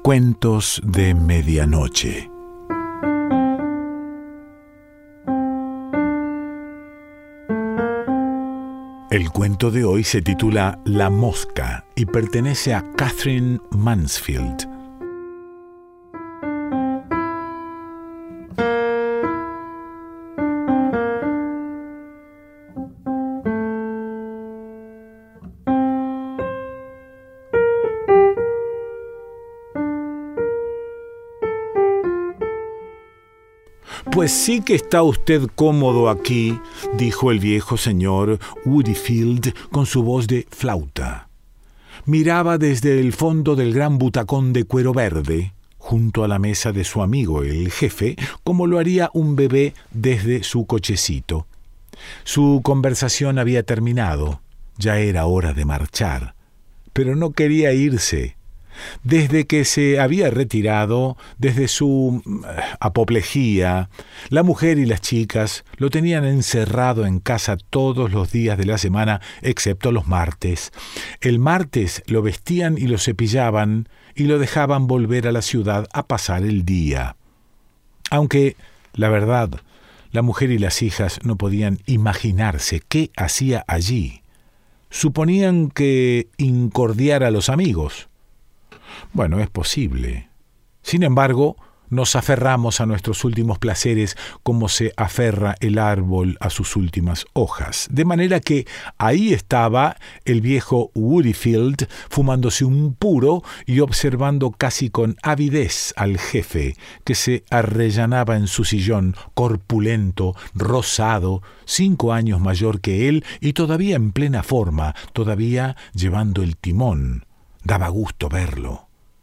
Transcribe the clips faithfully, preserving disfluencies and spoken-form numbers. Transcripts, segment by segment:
Cuentos de medianoche. El cuento de hoy se titula La mosca y pertenece a Katherine Mansfield. «Pues sí que está usted cómodo aquí», dijo el viejo señor Woodyfield con su voz de flauta. Miraba desde el fondo del gran butacón de cuero verde, junto a la mesa de su amigo el jefe, como lo haría un bebé desde su cochecito. Su conversación había terminado, ya era hora de marchar, pero no quería irse. Desde que se había retirado, desde su apoplejía, la mujer y las chicas lo tenían encerrado en casa todos los días de la semana, excepto los martes. El martes lo vestían y lo cepillaban y lo dejaban volver a la ciudad a pasar el día. Aunque, la verdad, la mujer y las hijas no podían imaginarse qué hacía allí. Suponían que incordiara a los amigos. Bueno, es posible. Sin embargo, nos aferramos a nuestros últimos placeres como se aferra el árbol a sus últimas hojas. De manera que ahí estaba el viejo Woodyfield fumándose un puro y observando casi con avidez al jefe, que se arrellanaba en su sillón, corpulento, rosado, cinco años mayor que él y todavía en plena forma, todavía llevando el timón. Daba gusto verlo.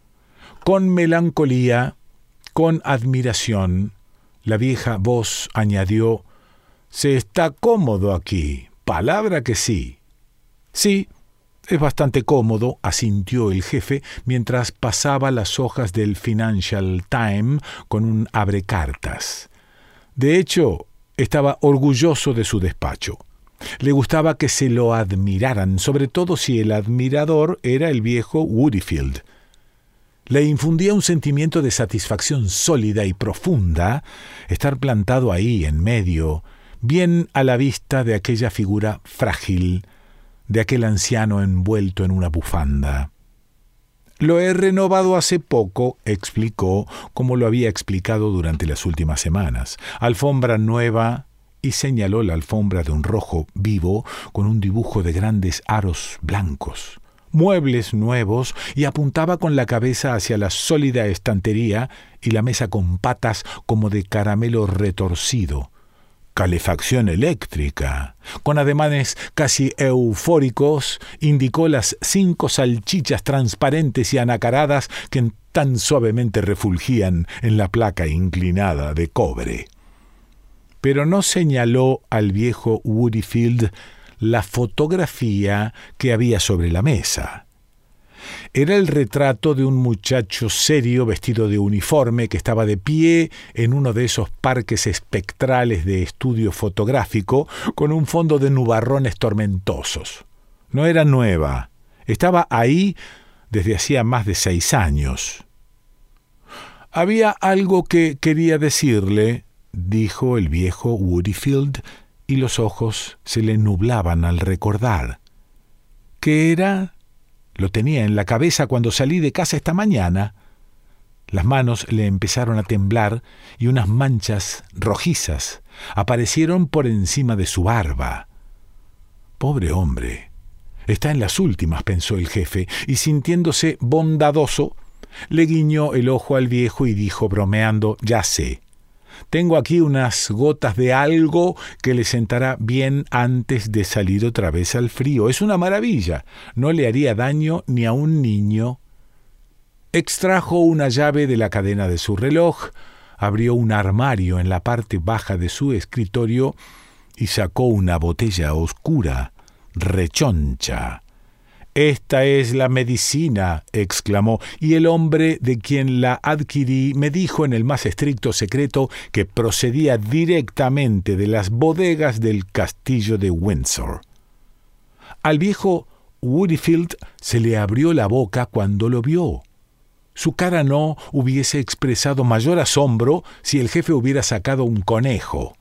Con melancolía, con admiración, la vieja voz añadió: «Se está cómodo aquí, palabra que sí». «Sí, es bastante cómodo», asintió el jefe mientras pasaba las hojas del Financial Times con un abrecartas. De hecho, estaba orgulloso de su despacho. Le gustaba que se lo admiraran, sobre todo si el admirador era el viejo Woodyfield. Le infundía un sentimiento de satisfacción sólida y profunda estar plantado ahí en medio, bien a la vista de aquella figura frágil, de aquel anciano envuelto en una bufanda. «Lo he renovado hace poco», explicó, como lo había explicado durante las últimas semanas. «Alfombra nueva», y señaló la alfombra de un rojo vivo con un dibujo de grandes aros blancos. «Muebles nuevos», y apuntaba con la cabeza hacia la sólida estantería y la mesa con patas como de caramelo retorcido. «Calefacción eléctrica». Con ademanes casi eufóricos, indicó las cinco salchichas transparentes y anacaradas que tan suavemente refulgían en la placa inclinada de cobre. Pero no señaló al viejo Woodyfield la fotografía que había sobre la mesa. Era el retrato de un muchacho serio vestido de uniforme que estaba de pie en uno de esos parques espectrales de estudio fotográfico con un fondo de nubarrones tormentosos. No era nueva, estaba ahí desde hacía más de seis años. «Había algo que quería decirle», dijo el viejo Woodyfield, y los ojos se le nublaban al recordar. «¿Qué era? Lo tenía en la cabeza cuando salí de casa esta mañana». Las manos le empezaron a temblar y unas manchas rojizas aparecieron por encima de su barba. «Pobre hombre, está en las últimas», pensó el jefe, y sintiéndose bondadoso, le guiñó el ojo al viejo y dijo bromeando: «Ya sé. Tengo aquí unas gotas de algo que le sentará bien antes de salir otra vez al frío. Es una maravilla. No le haría daño ni a un niño». Extrajo una llave de la cadena de su reloj, abrió un armario en la parte baja de su escritorio y sacó una botella oscura, rechoncha. «Esta es la medicina», exclamó, «y el hombre de quien la adquirí me dijo en el más estricto secreto que procedía directamente de las bodegas del castillo de Windsor». Al viejo Woodyfield se le abrió la boca cuando lo vio. Su cara no hubiese expresado mayor asombro si el jefe hubiera sacado un conejo.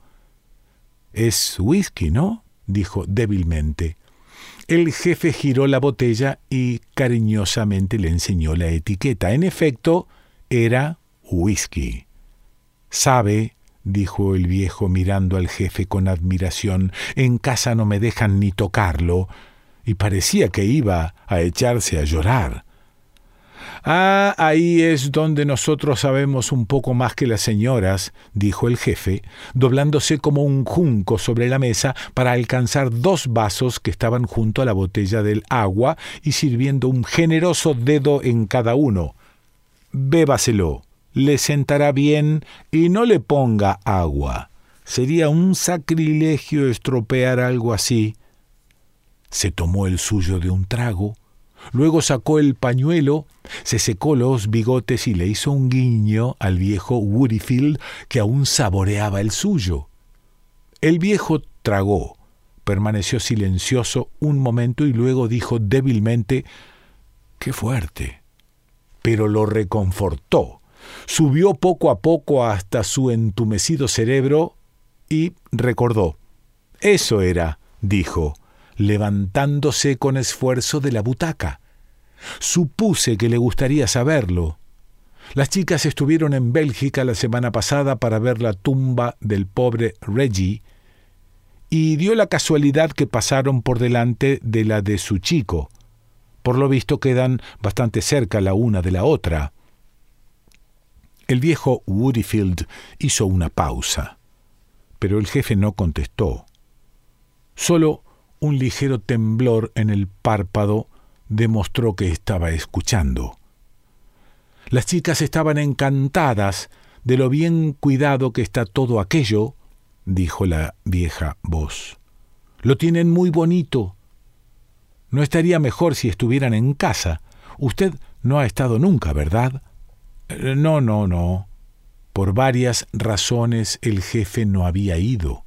«Es whisky, ¿no?», dijo débilmente. El jefe giró la botella y cariñosamente le enseñó la etiqueta. En efecto, era whisky. «¿Sabe?», dijo el viejo mirando al jefe con admiración, «en casa no me dejan ni tocarlo», y parecía que iba a echarse a llorar. «Ah, ahí es donde nosotros sabemos un poco más que las señoras», dijo el jefe, doblándose como un junco sobre la mesa para alcanzar dos vasos que estaban junto a la botella del agua y sirviendo un generoso dedo en cada uno. «Bébaselo, le sentará bien y no le ponga agua. Sería un sacrilegio estropear algo así». Se tomó el suyo de un trago. Luego sacó el pañuelo, se secó los bigotes y le hizo un guiño al viejo Woodyfield, que aún saboreaba el suyo. El viejo tragó, permaneció silencioso un momento y luego dijo débilmente: «¡Qué fuerte!». Pero lo reconfortó. Subió poco a poco hasta su entumecido cerebro y recordó. «Eso era», dijo, levantándose con esfuerzo de la butaca. «Supuse que le gustaría saberlo. Las chicas estuvieron en Bélgica la semana pasada para ver la tumba del pobre Reggie, y dio la casualidad que pasaron por delante de la de su chico. Por lo visto quedan bastante cerca la una de la otra». El viejo Woodyfield hizo una pausa, pero el jefe no contestó. Solo un ligero temblor en el párpado demostró que estaba escuchando. «Las chicas estaban encantadas de lo bien cuidado que está todo aquello», dijo la vieja voz. «Lo tienen muy bonito. No estaría mejor si estuvieran en casa. Usted no ha estado nunca, ¿verdad?» «No, no, no». Por varias razones el jefe no había ido.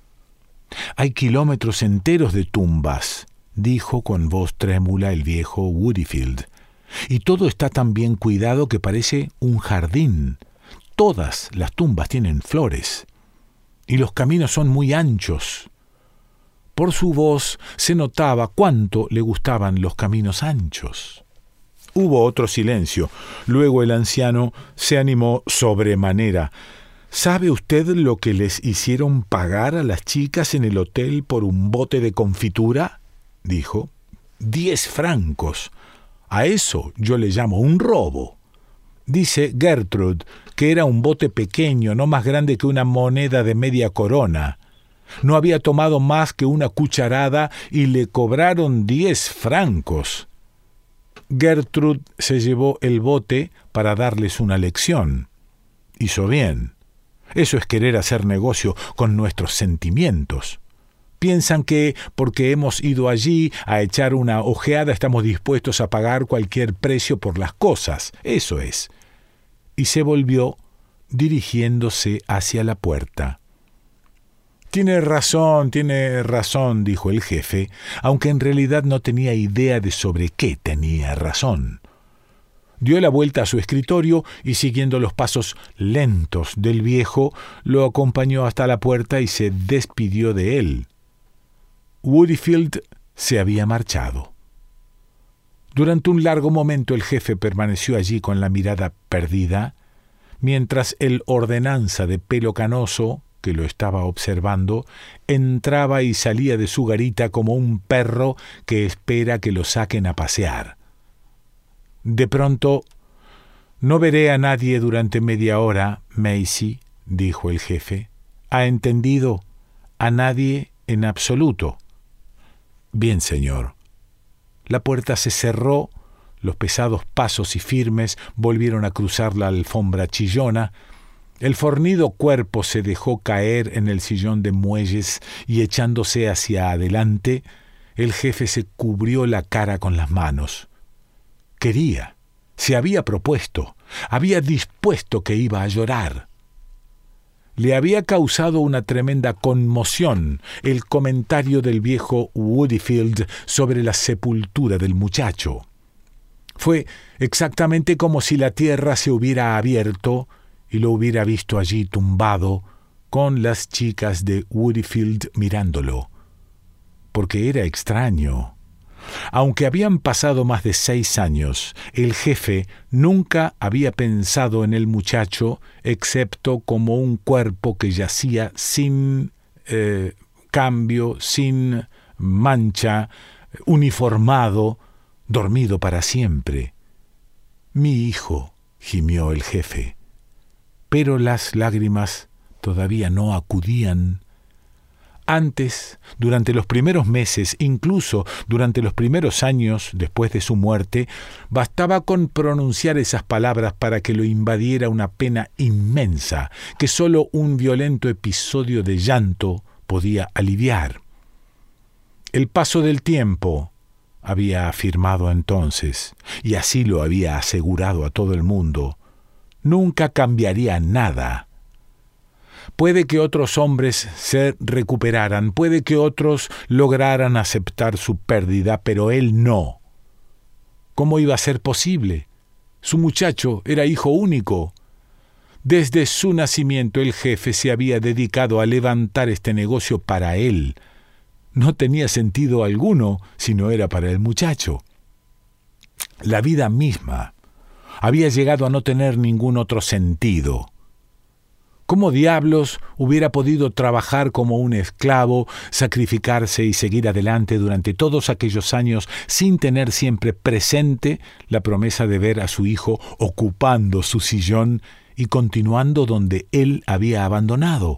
«Hay kilómetros enteros de tumbas», dijo con voz trémula el viejo Woodyfield, «y todo está tan bien cuidado que parece un jardín. Todas las tumbas tienen flores, y los caminos son muy anchos». Por su voz se notaba cuánto le gustaban los caminos anchos. Hubo otro silencio. Luego el anciano se animó sobremanera. «¿Sabe usted lo que les hicieron pagar a las chicas en el hotel por un bote de confitura?», dijo. «Diez francos. A eso yo le llamo un robo. Dice Gertrude que era un bote pequeño, no más grande que una moneda de media corona. No había tomado más que una cucharada y le cobraron diez francos. Gertrude se llevó el bote para darles una lección. Hizo bien. Eso es querer hacer negocio con nuestros sentimientos. Piensan que porque hemos ido allí a echar una ojeada estamos dispuestos a pagar cualquier precio por las cosas. Eso es». Y se volvió dirigiéndose hacia la puerta. «Tiene razón, tiene razón», dijo el jefe, aunque en realidad no tenía idea de sobre qué tenía razón. Dio la vuelta a su escritorio y, siguiendo los pasos lentos del viejo, lo acompañó hasta la puerta y se despidió de él. Woodyfield se había marchado. Durante un largo momento el jefe permaneció allí con la mirada perdida, mientras el ordenanza de pelo canoso, que lo estaba observando, entraba y salía de su garita como un perro que espera que lo saquen a pasear. De pronto: «No veré a nadie durante media hora, Macy», dijo el jefe. «¿Ha entendido? A nadie en absoluto». «Bien, señor». La puerta se cerró, los pesados pasos y firmes volvieron a cruzar la alfombra chillona, el fornido cuerpo se dejó caer en el sillón de muelles y, echándose hacia adelante, el jefe se cubrió la cara con las manos. Quería, se había propuesto, había dispuesto que iba a llorar. Le había causado una tremenda conmoción el comentario del viejo Woodyfield sobre la sepultura del muchacho. Fue exactamente como si la tierra se hubiera abierto y lo hubiera visto allí tumbado, con las chicas de Woodyfield mirándolo. Porque era extraño. Aunque habían pasado más de seis años, el jefe nunca había pensado en el muchacho excepto como un cuerpo que yacía sin eh, cambio, sin mancha, uniformado, dormido para siempre. Mi hijo, gimió el jefe, pero las lágrimas todavía no acudían. Antes, durante los primeros meses, incluso durante los primeros años después de su muerte, bastaba con pronunciar esas palabras para que lo invadiera una pena inmensa que sólo un violento episodio de llanto podía aliviar. El paso del tiempo, había afirmado entonces, y así lo había asegurado a todo el mundo, nunca cambiaría nada. Puede que otros hombres se recuperaran, puede que otros lograran aceptar su pérdida, pero él no. ¿Cómo iba a ser posible? Su muchacho era hijo único. Desde su nacimiento el jefe se había dedicado a levantar este negocio para él. No tenía sentido alguno si no era para el muchacho. La vida misma había llegado a no tener ningún otro sentido. ¿Cómo diablos hubiera podido trabajar como un esclavo, sacrificarse y seguir adelante durante todos aquellos años sin tener siempre presente la promesa de ver a su hijo ocupando su sillón y continuando donde él había abandonado?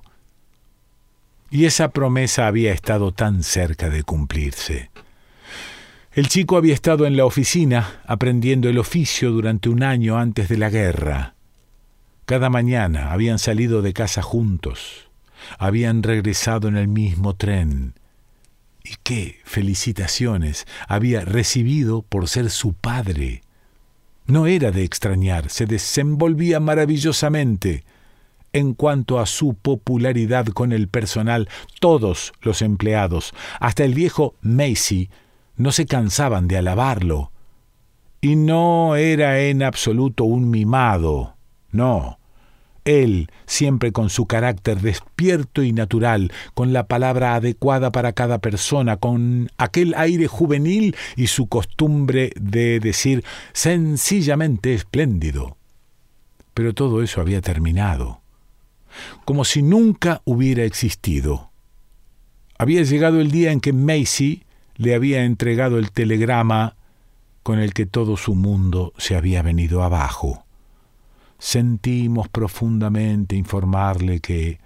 Y esa promesa había estado tan cerca de cumplirse. El chico había estado en la oficina aprendiendo el oficio durante un año antes de la guerra. Cada mañana habían salido de casa juntos, habían regresado en el mismo tren. Y qué felicitaciones había recibido por ser su padre. No era de extrañar, se desenvolvía maravillosamente. En cuanto a su popularidad con el personal, todos los empleados, hasta el viejo Macy, no se cansaban de alabarlo. Y no era en absoluto un mimado. No, él, siempre con su carácter despierto y natural, con la palabra adecuada para cada persona, con aquel aire juvenil y su costumbre de decir sencillamente espléndido. Pero todo eso había terminado, como si nunca hubiera existido. Había llegado el día en que Macy le había entregado el telegrama con el que todo su mundo se había venido abajo. Sentimos profundamente informarle que...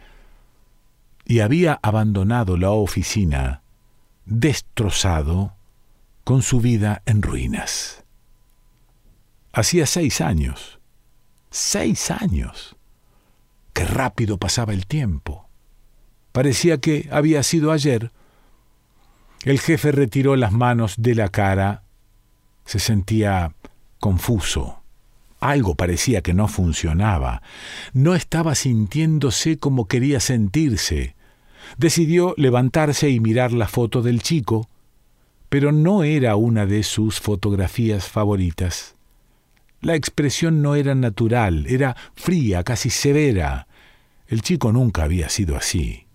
y había abandonado la oficina, destrozado, con su vida en ruinas. Hacía seis años. Seis años. Qué rápido pasaba el tiempo. Parecía que había sido ayer. El jefe retiró las manos de la cara. Se sentía confuso. Algo parecía que no funcionaba. No estaba sintiéndose como quería sentirse. Decidió levantarse y mirar la foto del chico, pero no era una de sus fotografías favoritas. La expresión no era natural, era fría, casi severa. El chico nunca había sido así.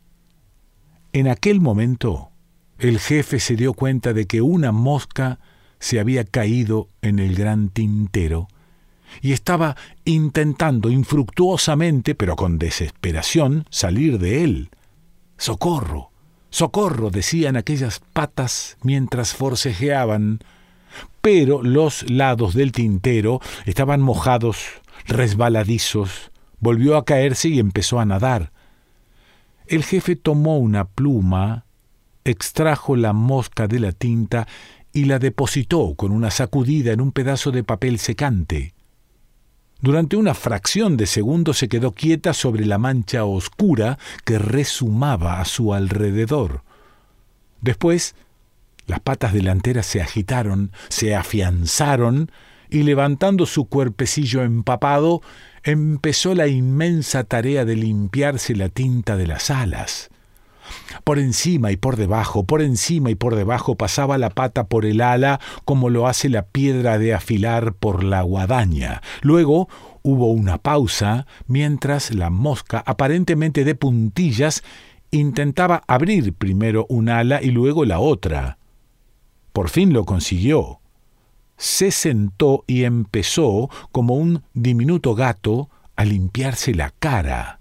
En aquel momento, el jefe se dio cuenta de que una mosca se había caído en el gran tintero y estaba intentando infructuosamente, pero con desesperación, salir de él. ¡Socorro! ¡Socorro!, decían aquellas patas mientras forcejeaban. Pero los lados del tintero estaban mojados, resbaladizos. Volvió a caerse y empezó a nadar. El jefe tomó una pluma, extrajo la mosca de la tinta y la depositó con una sacudida en un pedazo de papel secante. Durante una fracción de segundo se quedó quieta sobre la mancha oscura que rezumaba a su alrededor. Después, las patas delanteras se agitaron, se afianzaron, y levantando su cuerpecillo empapado, empezó la inmensa tarea de limpiarse la tinta de las alas. Por encima y por debajo, por encima y por debajo pasaba la pata por el ala como lo hace la piedra de afilar por la guadaña. Luego hubo una pausa mientras la mosca, aparentemente de puntillas, intentaba abrir primero un ala y luego la otra. Por fin lo consiguió. Se sentó y empezó, como un diminuto gato, a limpiarse la cara.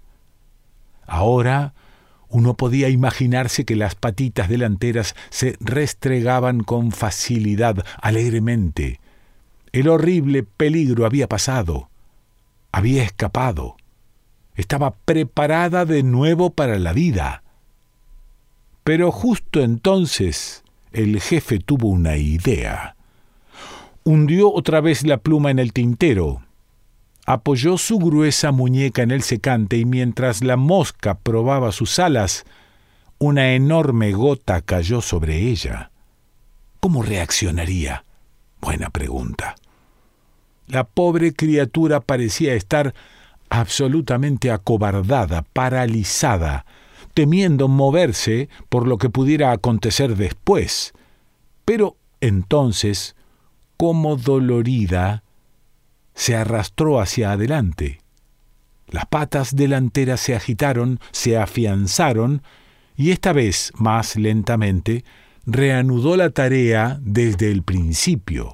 Ahora uno podía imaginarse que las patitas delanteras se restregaban con facilidad, alegremente. El horrible peligro había pasado. Había escapado. Estaba preparada de nuevo para la vida. Pero justo entonces el jefe tuvo una idea. Hundió otra vez la pluma en el tintero. Apoyó su gruesa muñeca en el secante y mientras la mosca probaba sus alas, una enorme gota cayó sobre ella. ¿Cómo reaccionaría? Buena pregunta. La pobre criatura parecía estar absolutamente acobardada, paralizada, temiendo moverse por lo que pudiera acontecer después. Pero entonces, como dolorida, se arrastró hacia adelante. Las patas delanteras se agitaron, se afianzaron, y esta vez, más lentamente, reanudó la tarea desde el principio.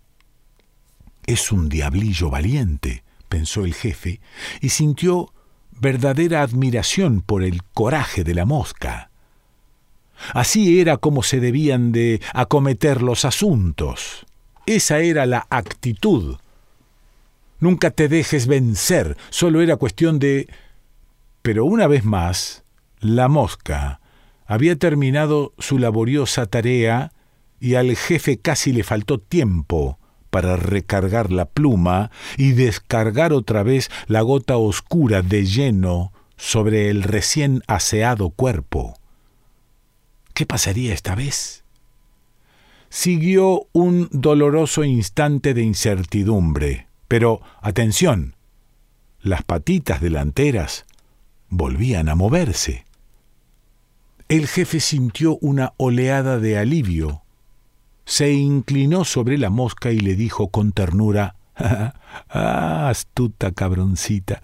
«Es un diablillo valiente», pensó el jefe, y sintió verdadera admiración por el coraje de la mosca. Así era como se debían de acometer los asuntos. Esa era la actitud. Nunca te dejes vencer, solo era cuestión de... Pero una vez más, la mosca había terminado su laboriosa tarea y al jefe casi le faltó tiempo para recargar la pluma y descargar otra vez la gota oscura de lleno sobre el recién aseado cuerpo. ¿Qué pasaría esta vez? Siguió un doloroso instante de incertidumbre. Pero, atención, las patitas delanteras volvían a moverse. El jefe sintió una oleada de alivio. Se inclinó sobre la mosca y le dijo con ternura, «Ah, astuta cabroncita».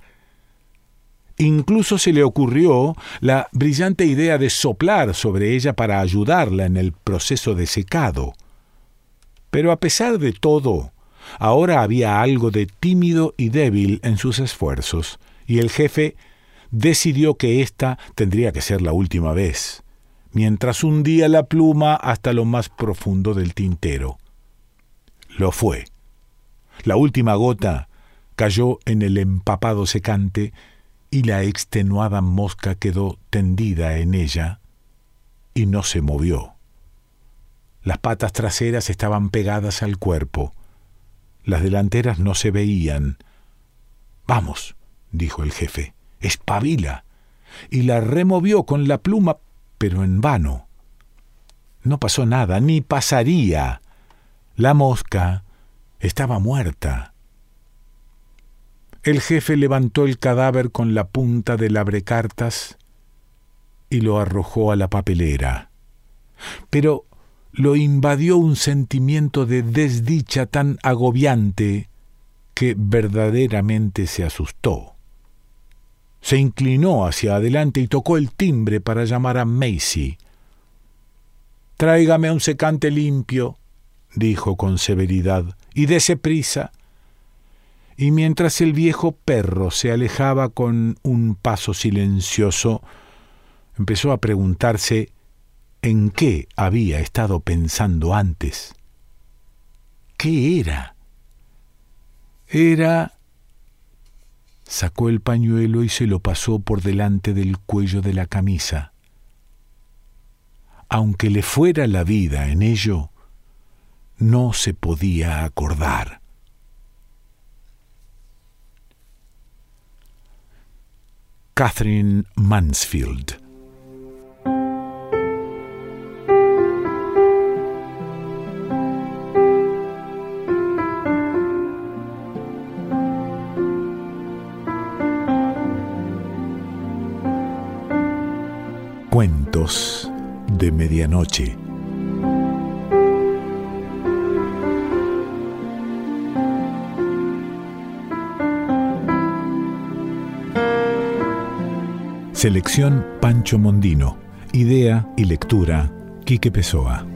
Incluso se le ocurrió la brillante idea de soplar sobre ella para ayudarla en el proceso de secado. Pero a pesar de todo, ahora había algo de tímido y débil en sus esfuerzos, y el jefe decidió que esta tendría que ser la última vez, mientras hundía la pluma hasta lo más profundo del tintero. Lo fue. La última gota cayó en el empapado secante y la extenuada mosca quedó tendida en ella y no se movió. Las patas traseras estaban pegadas al cuerpo. Las delanteras no se veían. «Vamos», dijo el jefe, «espabila», y la removió con la pluma, pero en vano. No pasó nada, ni pasaría. La mosca estaba muerta. El jefe levantó el cadáver con la punta del abrecartas y lo arrojó a la papelera. Pero lo invadió un sentimiento de desdicha tan agobiante que verdaderamente se asustó. Se inclinó hacia adelante y tocó el timbre para llamar a Macy. «Tráigame un secante limpio», dijo con severidad, «y dese prisa». Y mientras el viejo perro se alejaba con un paso silencioso, empezó a preguntarse en qué había estado pensando antes. ¿Qué era? Era... Sacó el pañuelo y se lo pasó por delante del cuello de la camisa. Aunque le fuera la vida en ello, no se podía acordar. Catherine Mansfield. Cuentos Cuentos de Medianoche. Selección Pancho Mondino. Idea y lectura Quique Pessoa.